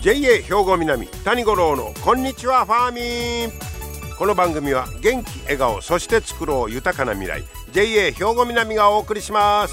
JA 兵庫南谷五郎のこんにちはファーミン。この番組は元気笑顔そして作ろう豊かな未来 JA 兵庫南がお送りします。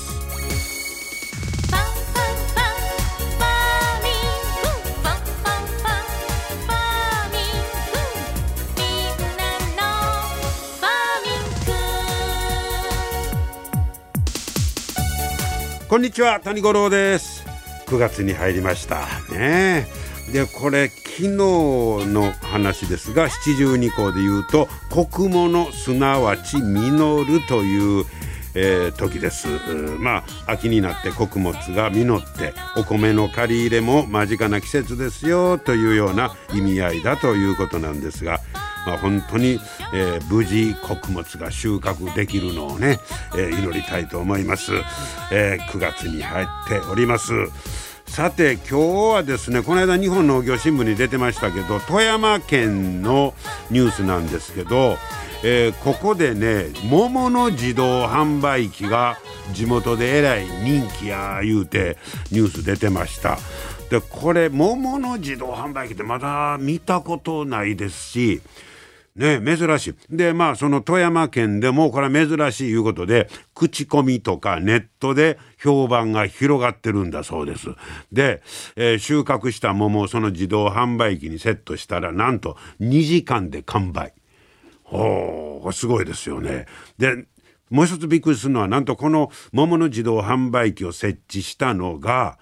こんにちは谷五郎です。9月に入りましたね。でこれ昨日の話ですが、七十二候で言うと穀物すなわち実るという、時です。秋になって穀物が実ってお米の借り入れも間近な季節ですよというような意味合いだということなんですが、本当に、無事穀物が収穫できるのをね、祈りたいと思います。9月に入っております。さて今日はですね、この間日本農業新聞に出てましたけど、富山県のニュースなんですけど、ここでね、桃の自動販売機が地元でえらい人気や言うてニュース出てました。でこれ桃の自動販売機ってまだ見たことないですしね、珍しい。でその富山県でもこれは珍しいいうことで、口コミとかネットで評判が広がってるんだそうです。で、収穫した桃をその自動販売機にセットしたらなんと2時間で完売。すごいですよね。でもう一つびっくりするのは、なんとこの桃の自動販売機を設置したのが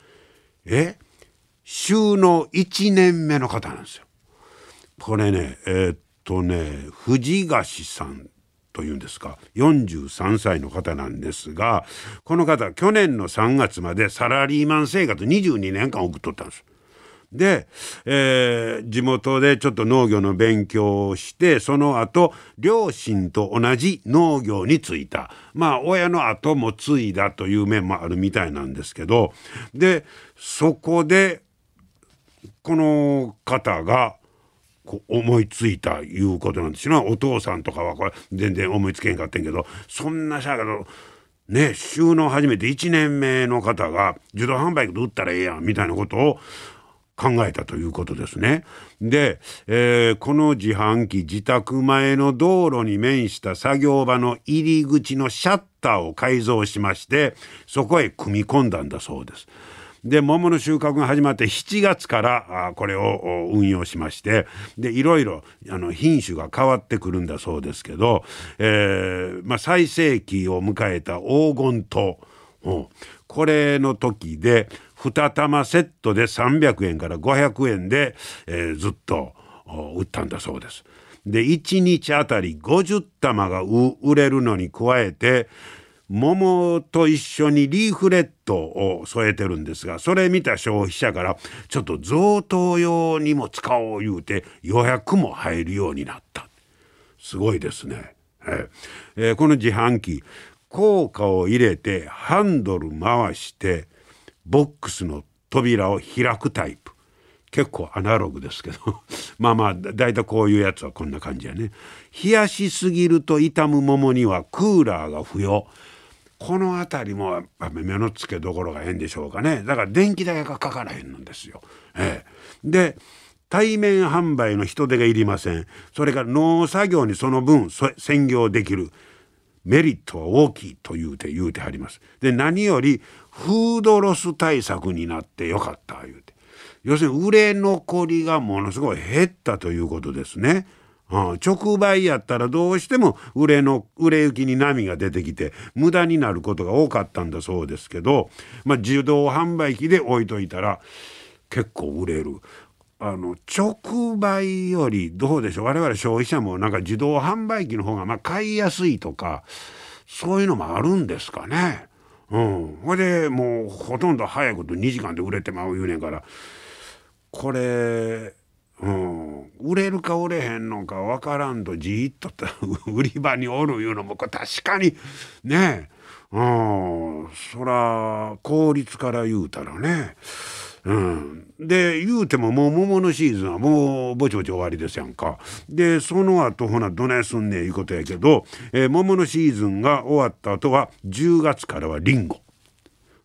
就農1年目の方なんですよ。これね藤菓さんというんですか、43歳の方なんですが、この方去年の3月までサラリーマン生活22年間送っとったんです。で、地元でちょっと農業の勉強をして、その後両親と同じ農業に就いた、親の後も継いだという面もあるみたいなんですけど、でそこでこの方が思いついたいうことなんですよ。お父さんとかはこれ全然思いつけんかったんけど、そんなしゃけどね、収納始めて1年目の方が自動販売機で売ったらええやんみたいなことを考えたということですね。で、この自販機、自宅前の道路に面した作業場の入り口のシャッターを改造しまして、そこへ組み込んだんだそうです。で桃の収穫が始まって7月からこれを運用しまして、でいろいろ品種が変わってくるんだそうですけど、最盛期を迎えた黄金糖、これの時で2玉セットで300円から500円で、ずっと売ったんだそうです。で1日あたり50玉が売れるのに加えて、桃と一緒にリーフレットを添えてるんですが、それ見た消費者からちょっと贈答用にも使おう言うて予約も入るようになった。すごいですね。この自販機、硬貨を入れてハンドル回してボックスの扉を開くタイプ。結構アナログですけどだいたいこういうやつはこんな感じやね。冷やしすぎると傷む桃にはクーラーが不要。このあたりも目の付けどころが変でしょうかね。だから電気代がかからへんのですよ。で対面販売の人手がいりません。それから農作業にその分専業できるメリットは大きいと言うてはります。で何よりフードロス対策になってよかった言うて、要するに売れ残りがものすごい減ったということですね。直売やったらどうしても売れ行きに波が出てきて無駄になることが多かったんだそうですけど、自動販売機で置いといたら結構売れる。直売よりどうでしょう、我々消費者もなんか自動販売機の方が買いやすいとかそういうのもあるんですかね。ほいでもうほとんど早いこと2時間で売れてまう言うねんから、これ売れるか売れへんのか分からんとじーっと売り場におるいうのもこれ確かにね、そら効率から言うたらね、で言うてももう桃のシーズンはもうぼちぼち終わりですやんか。でその後ほなどないすんねんいうことやけど、桃のシーズンが終わった後は10月からはリンゴ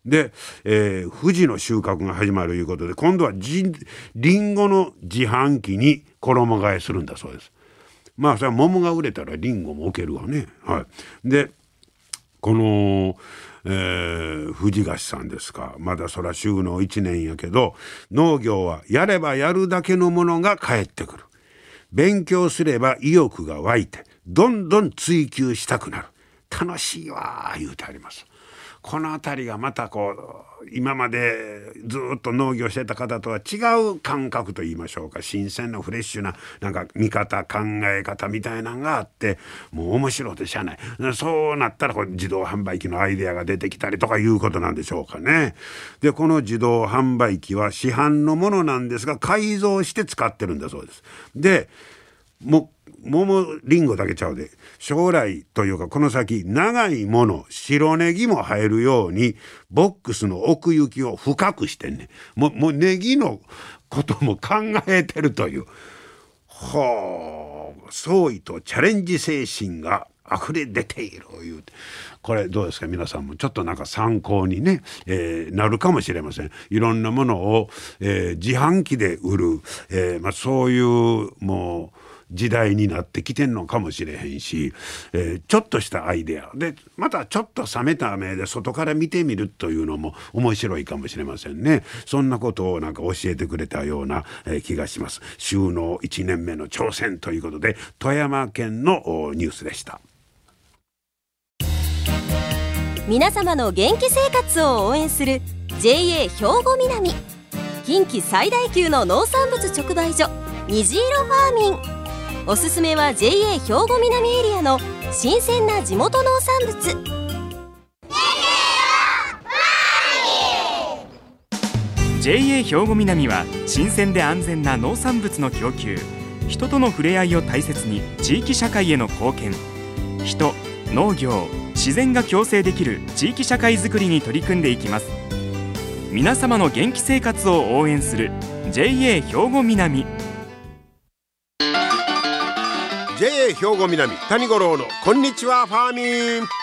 で、富士の収穫が始まるということで、今度はリンゴの自販機に衣替えするんだそうです。まあそれは桃が売れたらリンゴも置けるわね。はい、でこの、藤菓さんですか、まだそら収納1年やけど、農業はやればやるだけのものが返ってくる。勉強すれば意欲が湧いてどんどん追求したくなる。楽しいわ言うてあります。この辺りがまたこう今までずっと農業してた方とは違う感覚といいましょうか、新鮮なフレッシュななんか見方考え方みたいなのがあって、もう面白いでしゃあない。そうなったらこれ自動販売機のアイデアが出てきたりとかいうことなんでしょうかね。でこの自動販売機は市販のものなんですが改造して使ってるんだそうです。で桃リンゴだけちゃうで、将来というかこの先長いもの白ネギも入るようにボックスの奥行きを深くしてんねん。もうネギのことも考えてるという、創意とチャレンジ精神が溢れ出ているいうて、これどうですか皆さんもちょっとなんか参考にね、なるかもしれません。いろんなものを、自販機で売る、そういうもう時代になってきてんのかもしれへんし、ちょっとしたアイデアでまたちょっと冷めた目で外から見てみるというのも面白いかもしれませんね。そんなことをなんか教えてくれたような、気がします。収納1年目の挑戦ということで富山県のニュースでした。 皆様の元気生活を応援する JA 兵庫南、近畿最大級の農産物直売所虹色ファーミン。おすすめは JA 兵庫南エリアの新鮮な地元農産物。 JA 兵庫南は新鮮で安全な農産物の供給、人との触れ合いを大切に地域社会への貢献、人、農業、自然が共生できる地域社会づくりに取り組んでいきます。皆様の元気生活を応援する JA 兵庫南。 JA 兵庫南谷五郎のこんにちはファーミン。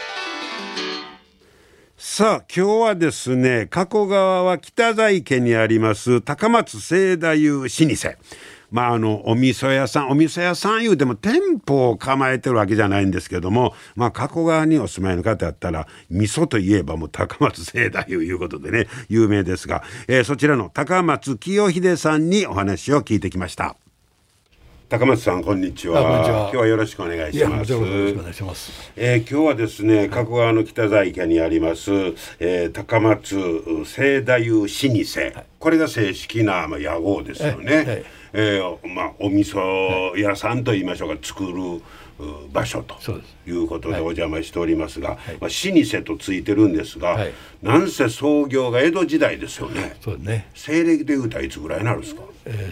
さあ今日はですね、加古川は北財家にあります高松清太夫老舗、お味噌屋さん言うても店舗を構えてるわけじゃないんですけども、加古川にお住まいの方やったら味噌といえばもう高松清太夫いうことでね有名ですが、そちらの高松清秀さんにお話を聞いてきました。高松さんこんにちは。今日はよろしくお願いします。 よろしくお願いします。 今日はですね、加古川の北財家にあります、高松清太夫老舗、これが正式な屋号ですよね。お味噌屋さんと言いましょうか、作る場所ということでお邪魔しておりますが、老舗とついてるんですが、なんせ創業が江戸時代ですよね。 そうですね。 西暦でいうたらいつぐらいになるんですか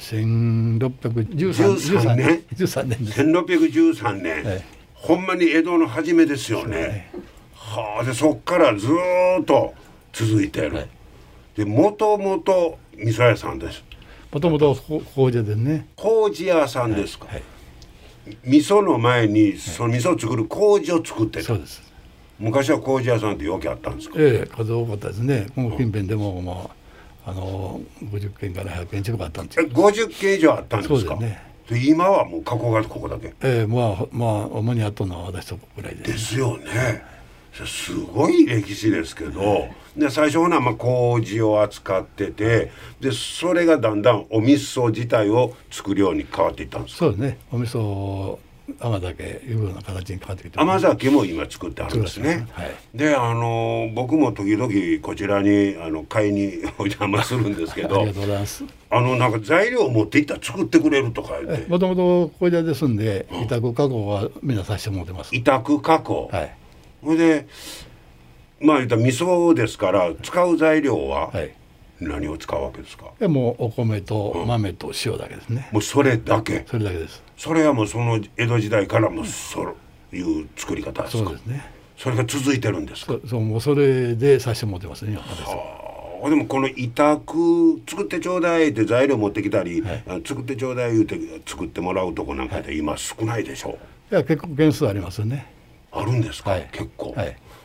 ？1613年です。 1613年、ほんまに江戸の初めですよね。でそっからずっと続いている。でもともと味噌屋さんです。 もともと麹屋ですね。 麹屋さんですか。味噌の前にその味噌を作る麹を作ってる。 そうです。 昔は麹屋さんってよくあったんですか？ 数多かったですね。この近辺でも50軒から100軒近くあったんですよ。 50軒以上あったんですか？ そうですね。 で今はもう加古川ここだけ。 主にあとのは私とこぐらいで。 ですよね。すごい歴史ですけど、で最初は麹を扱ってて、でそれがだんだんお味噌自体を作るように変わっていったんですか？ そうですね。お味噌甘酒いうような形に変わってきて、 甘酒も今作ってあるんですね。で僕も時々こちらに買いにお邪魔するんですけどありがとうございます。 なんか材料を持っていったら作ってくれるとか言って。 もともと麹屋ですんで委託加工はみんなさせてもらってます。 委託加工。それで言ったら味噌ですから使う材料は何を使うわけですか？ もうお米と豆と塩だけですね。 もうそれだけ。 それだけです。 それはもうその江戸時代からもそういう作り方ですか？ そうですね。 それが続いてるんですか？ もうそれでさせてもらってますね。 でもこの委託作ってちょうだいって材料持ってきたり、作ってちょうだい言うて作ってもらうとこなんかで今少ないでしょう。 いや結構件数ありますよね。 あるんですか？結構。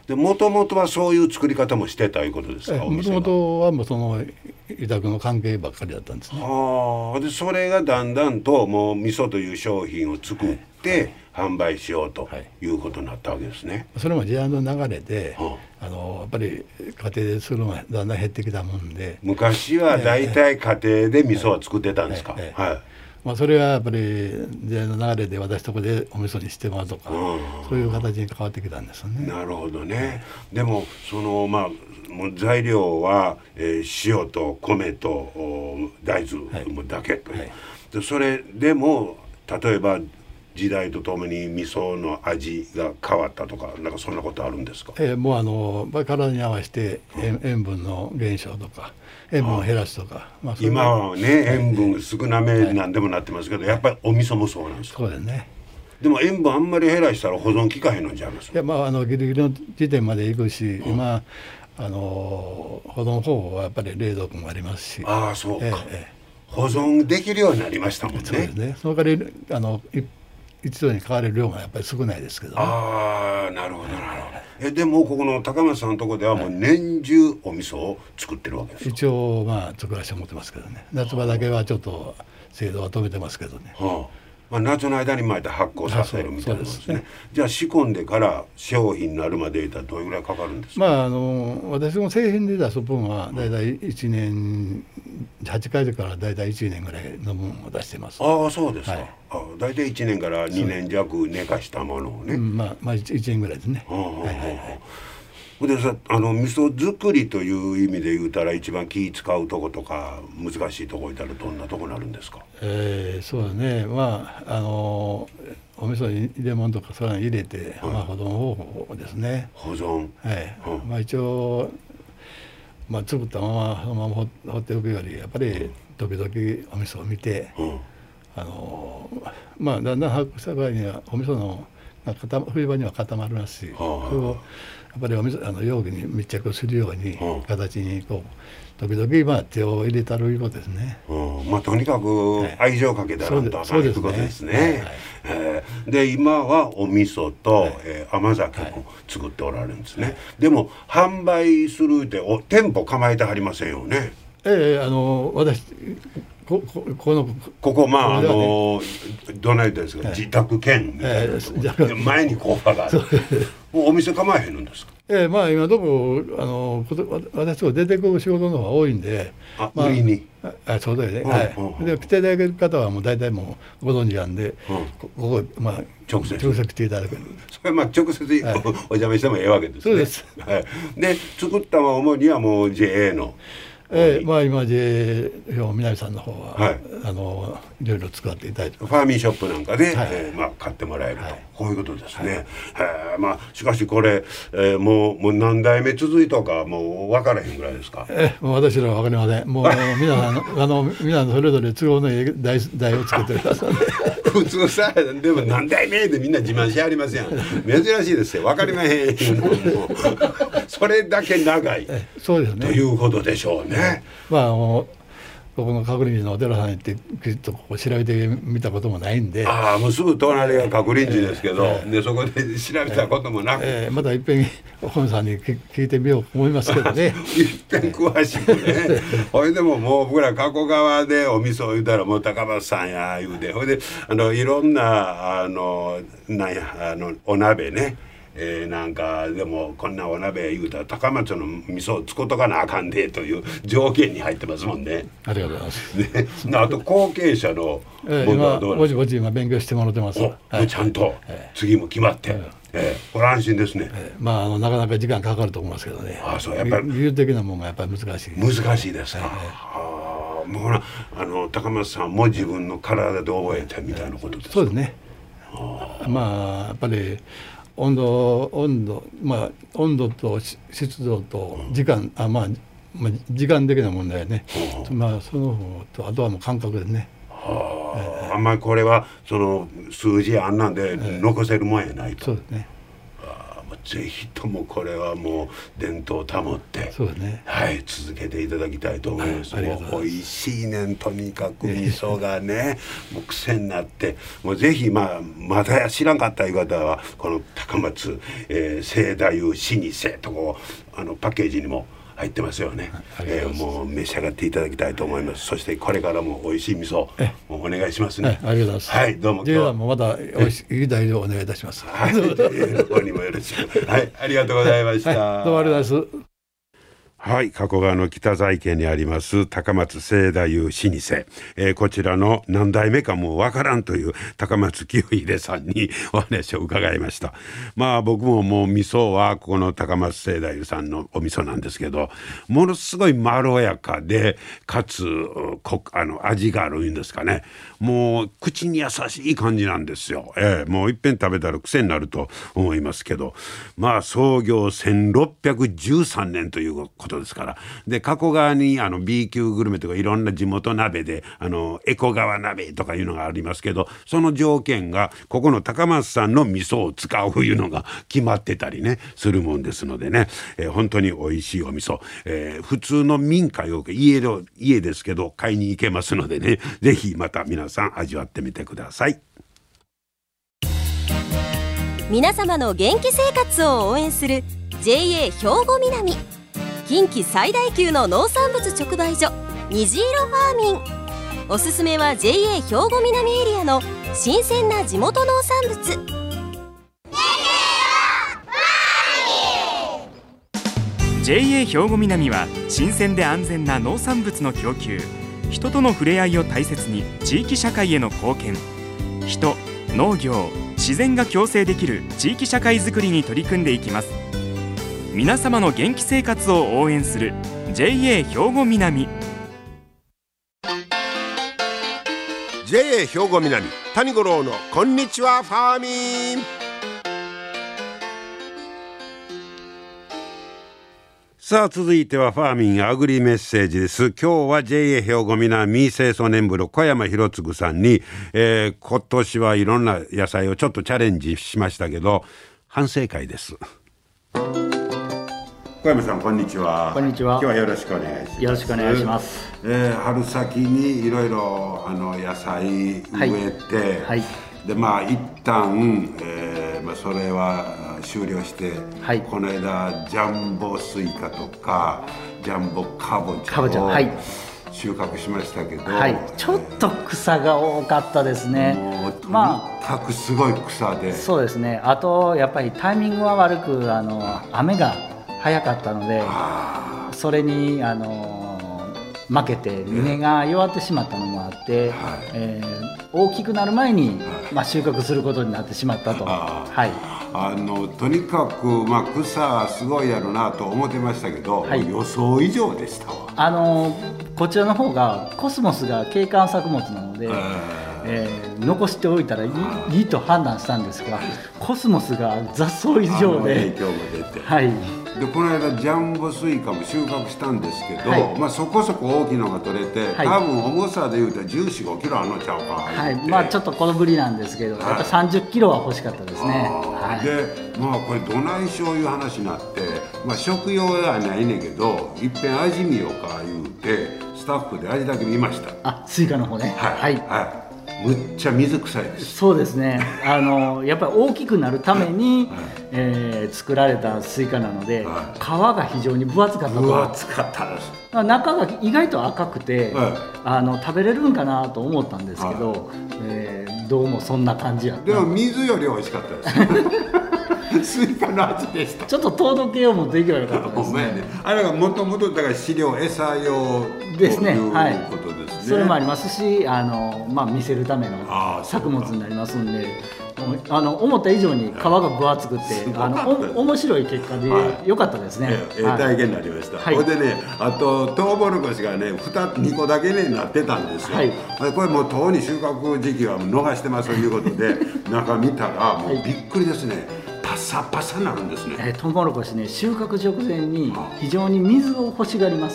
でもともとはそういう作り方もしてたいうことですか？ もともとはもうその委託の関係ばっかりだったんですね。 でそれがだんだんともう味噌という商品を作って販売しようということになったわけですね。 それも時代の流れで、やっぱり家庭でするのがだんだん減ってきたもんで、 昔はだいたい家庭で味噌は作ってたんですか？ それはやっぱり時代の流れで私とこでお味噌にしてもらうとか、そういう形に変わってきたんですよね。 なるほどね。でもそのもう材料は、塩と米と大豆だけという、でそれでも例えば時代とともに味噌の味が変わったとか、なんかそんなことあるんですか？ もう体に合わせて塩分の減少とか塩分を減らすとか、 今はね塩分少なめなんでもなってますけど、やっぱりお味噌もそうなんですか？ そうですね。 でも塩分あんまり減らしたら保存効かへんのちゃいます？ いやギリギリの時点までいくし、今保存方法はやっぱり冷蔵庫もありますし。 そうか、保存できるようになりましたもんね。 そうですね。その代わり一度に買われる量がやっぱり少ないですけど、ね、 なるほどなるほど。でもここの高松さんのところではもう年中お味噌を作ってるわけですか？ 一応作らせてもらってますけどね。夏場だけはちょっと制度は止めてますけどね。 夏の間に巻いて発酵させるみたいなことですね。じゃあ仕込んでから商品になるまでいったらどれぐらいかかるんですか？ 私も製品で出す分はだいたい1年8回からだいたい1年ぐらいの分を出してます。 そうですか。だいたい1年から2年弱寝かしたものをね。 1年ぐらいですね。 でさ、味噌作りという意味で言うたら一番気使うとことか難しいとこいたらどんなとこになるんですか？ そうですね。お味噌に入れ物とかそういうの入れて、保存方法ですね。 保存。 一応作ったままそのまま放っておくよりやっぱり時々お味噌を見て、だんだん発酵した場合にはお味噌の冬場には固まりますし、それをやっぱりお味噌容器に密着するように形に時々手を入れたるいうことですね。 とにかく愛情かけたらんとあかんいうことですね。で今はお味噌と甘酒も作っておられるんですね。でも販売するって店舗構えてはりませんよね？ 私ここどないですか、自宅兼みたいなところ前に工場がある。もうお店構えへんのですか？ 今どこ私は出てくる仕事の方が多いんで、 売りにそうだよね。で来ていただける方はもう大体もうご存知なんで、ここ直接来ていただける。 それ直接お邪魔してもええわけですね。 そうです。 で作った主にはもう JA の。 今 JA 南さんの方はいろいろ使っていただいてファーミンショップなんかで買ってもらえると、こういうことですね。しかしこれもう何代目続いたかもう分からへんぐらいですか？ もう私らは分かりません。もう皆さん皆それぞれ都合のいい台を作ってください。 普通さでも何代目でみんな自慢しはりますやん。珍しいですよ。分かりまへんそれだけ長いそうですねということでしょうね。 ここの覚林寺のお寺さんに行ってきちっと調べてみたこともないんで、 もうすぐ隣が覚林寺ですけど、でそこで調べたこともなく、 またいっぺんお本さんに聞いてみようと思いますけどね。 いっぺん詳しくね。ほいでももう僕ら加古川でお味噌を言うたらもう高松さんや言うて、ほいでいろんなお鍋ね。なんかでもこんなお鍋言うたら高松の味噌を作っとかなあかんでという条件に入ってますもんね。 ありがとうございます。 あと後継者の問題はどうなんですか？ ぼち今勉強してもらってます。 ちゃんと次も決まって、これ安心ですね。 なかなか時間かかると思いますけどね。 そうやっぱり技術的なものがやっぱり難しい。 難しいですか？もう高松さんも自分の体で覚えたみたいなことですか？ そうですね。やっぱり温度と湿度と時間時間的な問題ね。その方とあとはもう感覚ですね。 あんまりこれはその数字あんなんで残せるもんやないと。 そうですね。 ぜひともこれはもう伝統を保って、 そうですね、 はい、続けていただきたいと思います。もう美味しいねん、とにかく味噌がねもう癖になって、もうぜひまだ知らんかったいう方はこの高松清太夫老舗とこうパッケージにも入ってますよね。もう召し上がっていただきたいと思います。そしてこれからも美味しい味噌もうお願いしますね。 ありがとうございます。 はい、どうも。 ジェイさんもまた美味しい材料をお願いいたします。 はい、どこにもよろしく。はい、ありがとうございました。 どうもありがとうございます。 はい、加古川の北財家にあります高松清太夫老舗、こちらの何代目かもうわからんという高松清秀さんにお話を伺いました。僕ももう味噌はここの高松清太夫さんのお味噌なんですけど、ものすごいまろやかでかつ味があるんですかね。もう口に優しい感じなんですよ。もういっぺん食べたら癖になると思いますけど、創業1613年ということですから。で加古川にB 級グルメとかいろんな地元鍋でエコ川鍋とかいうのがありますけど、その条件がここの高松さんの味噌を使ういうのが決まってたりねするもんですのでね、本当に美味しいお味噌、普通の民家よく家ですけど買いに行けますのでね、ぜひまた皆さん味わってみてください。 皆様の元気生活を応援する JA 兵庫南、近畿最大級の農産物直売所虹色ファーミン。おすすめは JA 兵庫南エリアの新鮮な地元農産物。 JA 兵庫南は新鮮で安全な農産物の供給、人との触れ合いを大切に地域社会への貢献、人、農業、自然が共生できる地域社会づくりに取り組んでいきます。皆様の元気生活を応援する JA 兵庫南。 JA 兵庫南谷五郎のこんにちはファーミン。さあ続いてはファーミンアグリメッセージです。今日は JA 兵庫南清掃年部の小山博次さんに、今年はいろんな野菜をちょっとチャレンジしましたけど反省会です。小山さんこんにちは。 こんにちは。 今日はよろしくお願いします。 よろしくお願いします。 春先にいろいろ野菜植えて、 はい、 で一旦、それは終了して、 はい、 この間ジャンボスイカとかジャンボカボチャを収穫しましたけど、 はい、ちょっと草が多かったですね。 もうとにかくすごい草で、 そうですね。あとやっぱりタイミングは悪く雨が早かったので、それに負けて根が弱ってしまったのもあって、大きくなる前に、収穫することになってしまったと。 とにかく、草すごいやろなと思ってましたけど、予想以上でしたわ。 こちらの方がコスモスが景観作物なので、残しておいたらいいと判断したんですが、コスモスが雑草以上で影響も出て、でこの間ジャンボスイカも収穫したんですけど、そこそこ大きいのが取れて、多分重さでいうと14、15キロあるのちゃうか。 ちょっと小ぶりなんですけど、やっぱ30キロは欲しかったですね。 でこれどないしょういう話になって、食用ではないねんけどいっぺん味見ようか言うてスタッフで味だけ見ました。 スイカの方ね。 むっちゃ水臭いです。 そうですね。やっぱり大きくなるために、作られたスイカなので、皮が非常に分厚かったと。 分厚かったです。 中が意外と赤くて、食べれるんかなと思ったんですけど、どうもそんな感じやった。 でも水より美味しかったです。スイカの味でした。 ちょっと糖度計を持っていけばよかったですね。 あれがもともとだから飼料餌用ですね。 ということですね。 それもありますし、見せるための作物になりますんで、思った以上に皮が分厚くて、面白い結果で良かったですね。 体験になりました。これでね、あとトウモロコシがね2個だけになってたんですよ。これもうとうに収穫時期は逃してますということで中見たらもうびっくりですね。パサパサなるんですね。 トウモロコシね、収穫直前に非常に水を欲しがります。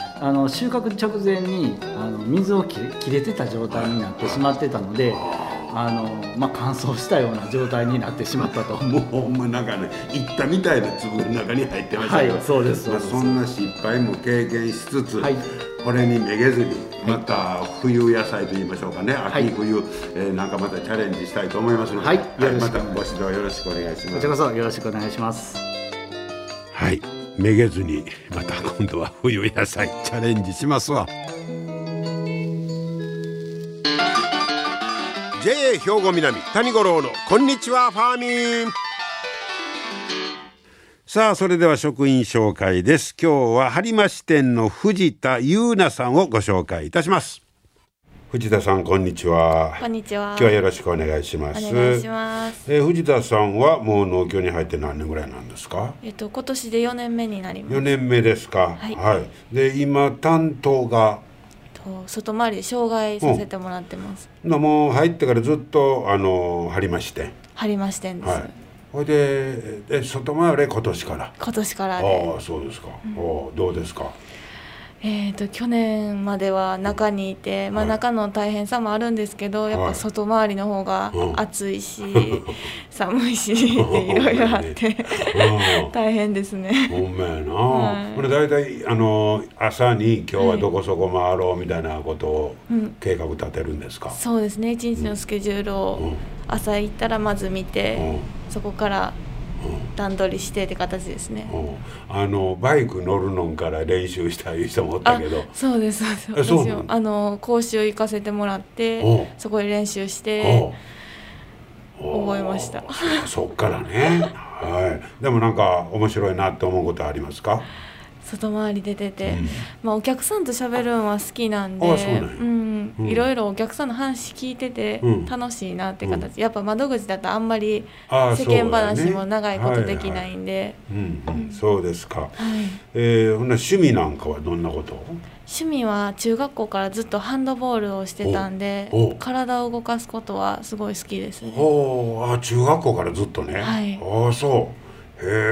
収穫直前に水を切れてた状態になってしまってたので、 乾燥したような状態になってしまったと。 もうほんまなんかね、いったみたいな粒の中に入ってましたけど、 はい、そうですそうです。 そんな失敗も経験しつつ、 はい、 これにめげずにまた冬野菜といいましょうかね、秋冬、なんかまたチャレンジしたいと思いますので、 はい、よろしくまたご指導よろしくお願いします。 こちらこそよろしくお願いします。 はい、めげずにまた今度は冬野菜チャレンジしますわ。 JA 兵庫南谷五郎のこんにちはファーミン。さあ、それでは職員紹介です。今日は播磨支店の藤田優奈さんをご紹介いたします。藤田さん、こんにちは。 こんにちは。 今日はよろしくお願いします。 お願いします。 藤田さんはもう農協に入って何年ぐらいなんですか？ 今年で4年目になります。 4年目ですか。 はい。 はい、で今担当が外回りで障害させてもらってます。 もう入ってからずっと播磨支店。 播磨支店です。はい。 それで外回り今年から。 今年からで。 ああ、そうですか。どうですか？ 去年までは中にいて、中の大変さもあるんですけど、やっぱ外回りの方が暑いし、寒いしいろいろあって大変ですね。 ほんまやな。これ大体朝に今日はどこそこ回ろうみたいなことを計画立てるんですか？ そうですね。一日のスケジュールを朝行ったらまず見て、そこから段取りしてって形ですね。 バイク乗るのから練習したいう人もおったけど。 そうですそうです。私講習行かせてもらってそこで練習して覚えました。 そっからね。はい。でもなんか面白いなって思うことありますか？ 外回り出てて、お客さんと喋るのは好きなんで、いろいろお客さんの話聞いてて楽しいなって形、やっぱ窓口だとあんまり世間話も長いことできないんで。 そうですか。ほんな趣味なんかはどんなこと？ 趣味は中学校からずっとハンドボールをしてたんで、体を動かすことはすごい好きですね。 中学校からずっとね。 はい。 そう。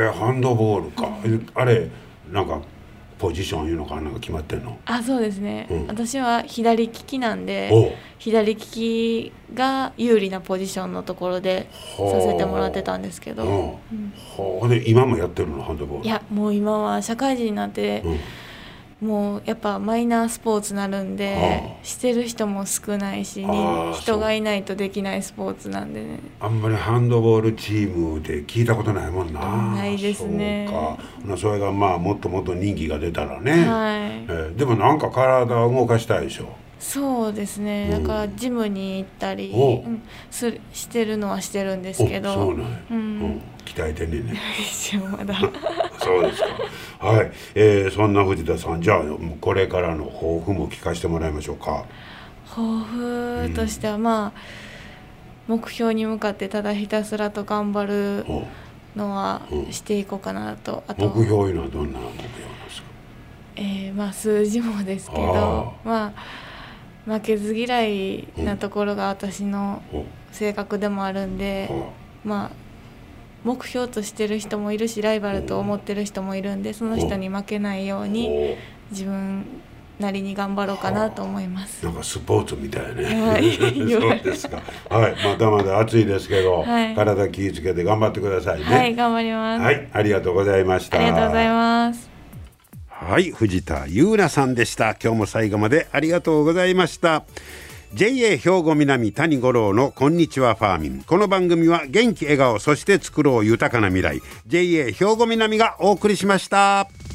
ハンドボールか。あれなんかポジションいうのかなんか決まってんの？ そうですね。私は左利きなんで、左利きが有利なポジションのところでさせてもらってたんですけど。 で今もやってるの、ハンドボール？ いや、もう今は社会人になって。もうやっぱマイナースポーツになるんで、してる人も少ないし、人がいないとできないスポーツなんでね。 あんまりハンドボールチームで聞いたことないもんな。 ないですね。 そうか。それがもっともっと人気が出たらね。でもなんか体を動かしたいでしょ？ そうですね。なんかジムに行ったりしてるのはしてるんですけど。 そうなんや。鍛えてね。 まだ。 そうですか。はい。そんな藤田さん、じゃあこれからの抱負も聞かせてもらいましょうか。 抱負としては目標に向かってただひたすらと頑張るのはしていこうかなと。 目標いうのはどんな目標なんですか？ 数字もですけど、負けず嫌いなところが私の性格でもあるんで、目標としてる人もいるし、ライバルと思ってる人もいるんで、その人に負けないように自分なりに頑張ろうかなと思います。 なんかスポーツみたいね。そうですか。はい、まだまだ暑いですけど、体気をつけて頑張ってくださいね。 はい、頑張ります。 はい、ありがとうございました。 ありがとうございます。 はい、藤田優奈さんでした。今日も最後までありがとうございました。JA 兵庫南谷五郎のこんにちはファーミン。この番組は元気笑顔そして作ろう豊かな未来 JA 兵庫南がお送りしました。